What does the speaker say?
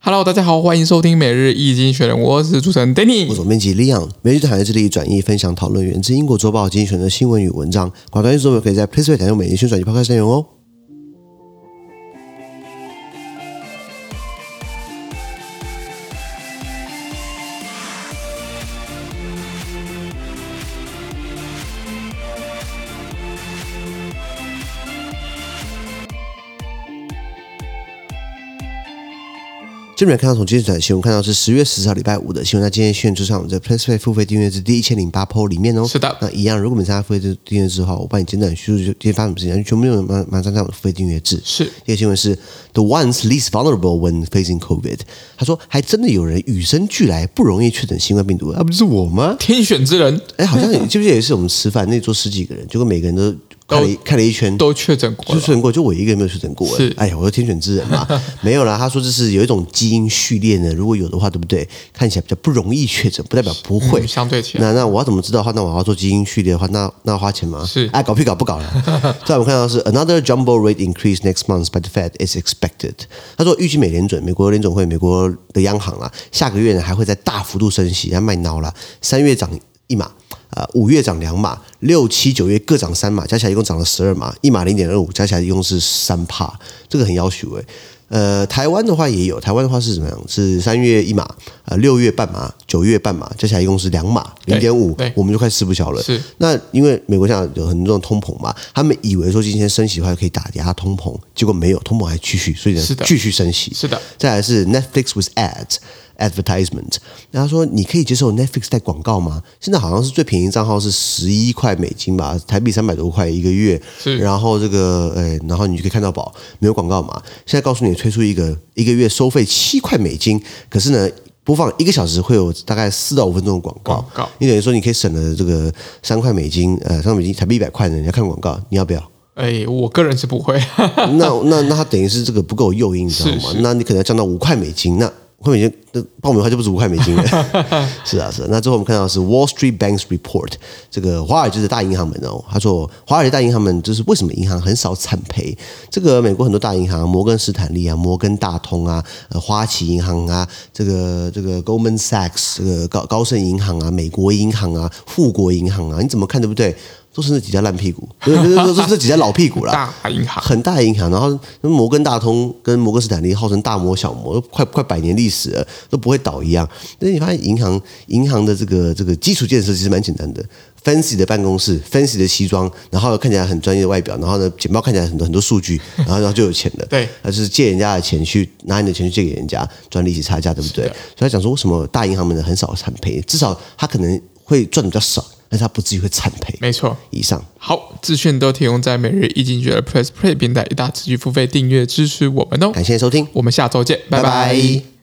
Hello， 大家好，欢迎收听每日易经学人，我是主持人 Danny， 我是总编辑 Leon， 每日谈在这里转译分享讨论源自英国周报精选的新闻与文章。广告预算可以在 PlayStation 采用每日宣传与 Podcast 内容哦。这边看到从今天的新闻看到是10月14号礼拜五的新闻，那今天新闻就上我们在 PlayStation 付费订阅制第1008 PO 里面哦。 是的， 那一样，如果你参加付费订阅制的话，我帮你简短叙述今天发生什么事情，全部用马上看付费订阅制。 是， 第二个新闻是 The ones least vulnerable when facing COVID。他说，还真的有人与生俱来不容易确诊新冠病毒，不就是我吗？ 天选之人。 好像记不记得也是我们吃饭那桌10几个人，结果每个人都看了一圈， 都确诊过了， 确诊过，就我一个人没有确诊过。 是， 哎呀，我是天选之人嘛，没有啦。他说这是有一种基因序列呢，如果有的话，对不对？看起来比较不容易确诊，不代表不会。 相对起来， 那我要怎么知道的话？那我要做基因序列的话，那要花钱吗？ 是， 搞屁搞不搞了。再我们看到是 another jumbo rate increase next month by the Fed is expected。他说预计美国联总会，美国的央行啊，下个月呢还会再大幅度升息，要卖孬了。3月涨1码。5月涨2码，6、7、9月各涨3码，加起来一共涨了12码，1码 0.25， 加起来一共是3%，这个很要求台湾的话也有，台湾的话是怎么样？是3月1码，6月半码，9月半码，加起来一共是2码 0.5， 我们就快吃不消了。 是，那因为美国现在有很多种通膨嘛，他们以为说今天升息的话可以打压通膨，结果没有，通膨还继续，所以呢继续升息。 是的。 再来是 Netflix with ads。advertisement， 然后说你可以接受 Netflix 带广告吗？现在好像是最便宜账号是11块美金吧，台币300多块一个月。然后然后你就可以看到饱，没有广告嘛。现在告诉你推出一个月收费7块美金，可是呢播放1个小时会有大概4到5分钟的广告。你等于说你可以省了这个3块美金，3块美金台币100块呢，你要看广告，你要不要？ 我个人是不会。 那它等于是这个不够诱因，你知道吗？那你可能要降到5块美金，那5块美金爆米花就不止5块美金了。是啊。那最后我们看到的是 Wall Street Banks Report， 这个华尔街的大银行们哦，他说华尔街大银行们就是为什么银行很少惨赔？这个美国很多大银行，摩根士坦利啊、摩根大通啊、花旗银行啊、这个 Goldman Sachs 这个高盛银行啊、美国银行啊、富国银行啊，你怎么看对不对？都是那几家烂屁股，都是这几家老屁股啦， 大银行， 很大的银行。然后摩根大通跟摩根士坦利号称大摩小摩，快100年历史了，都不会倒一样。但是你发现银行的这个基础建设其实蛮简单的 ，fancy 的办公室 ，fancy 的西装，然后看起来很专业的外表，然后呢简报看起来很多数据，然后就有钱了。 对， 就是借人家的钱去拿你的钱去借给人家，赚利息差价，对不对？所以他讲说为什么大银行们很少惨赔，至少他可能会赚的比较少。但是它不至于会惨赔， 没错。 以上好资讯都提供在每日易经学的 Press Play 平台，一大持续付费订阅支持我们哦。 感谢收听， 我们下周见，拜拜。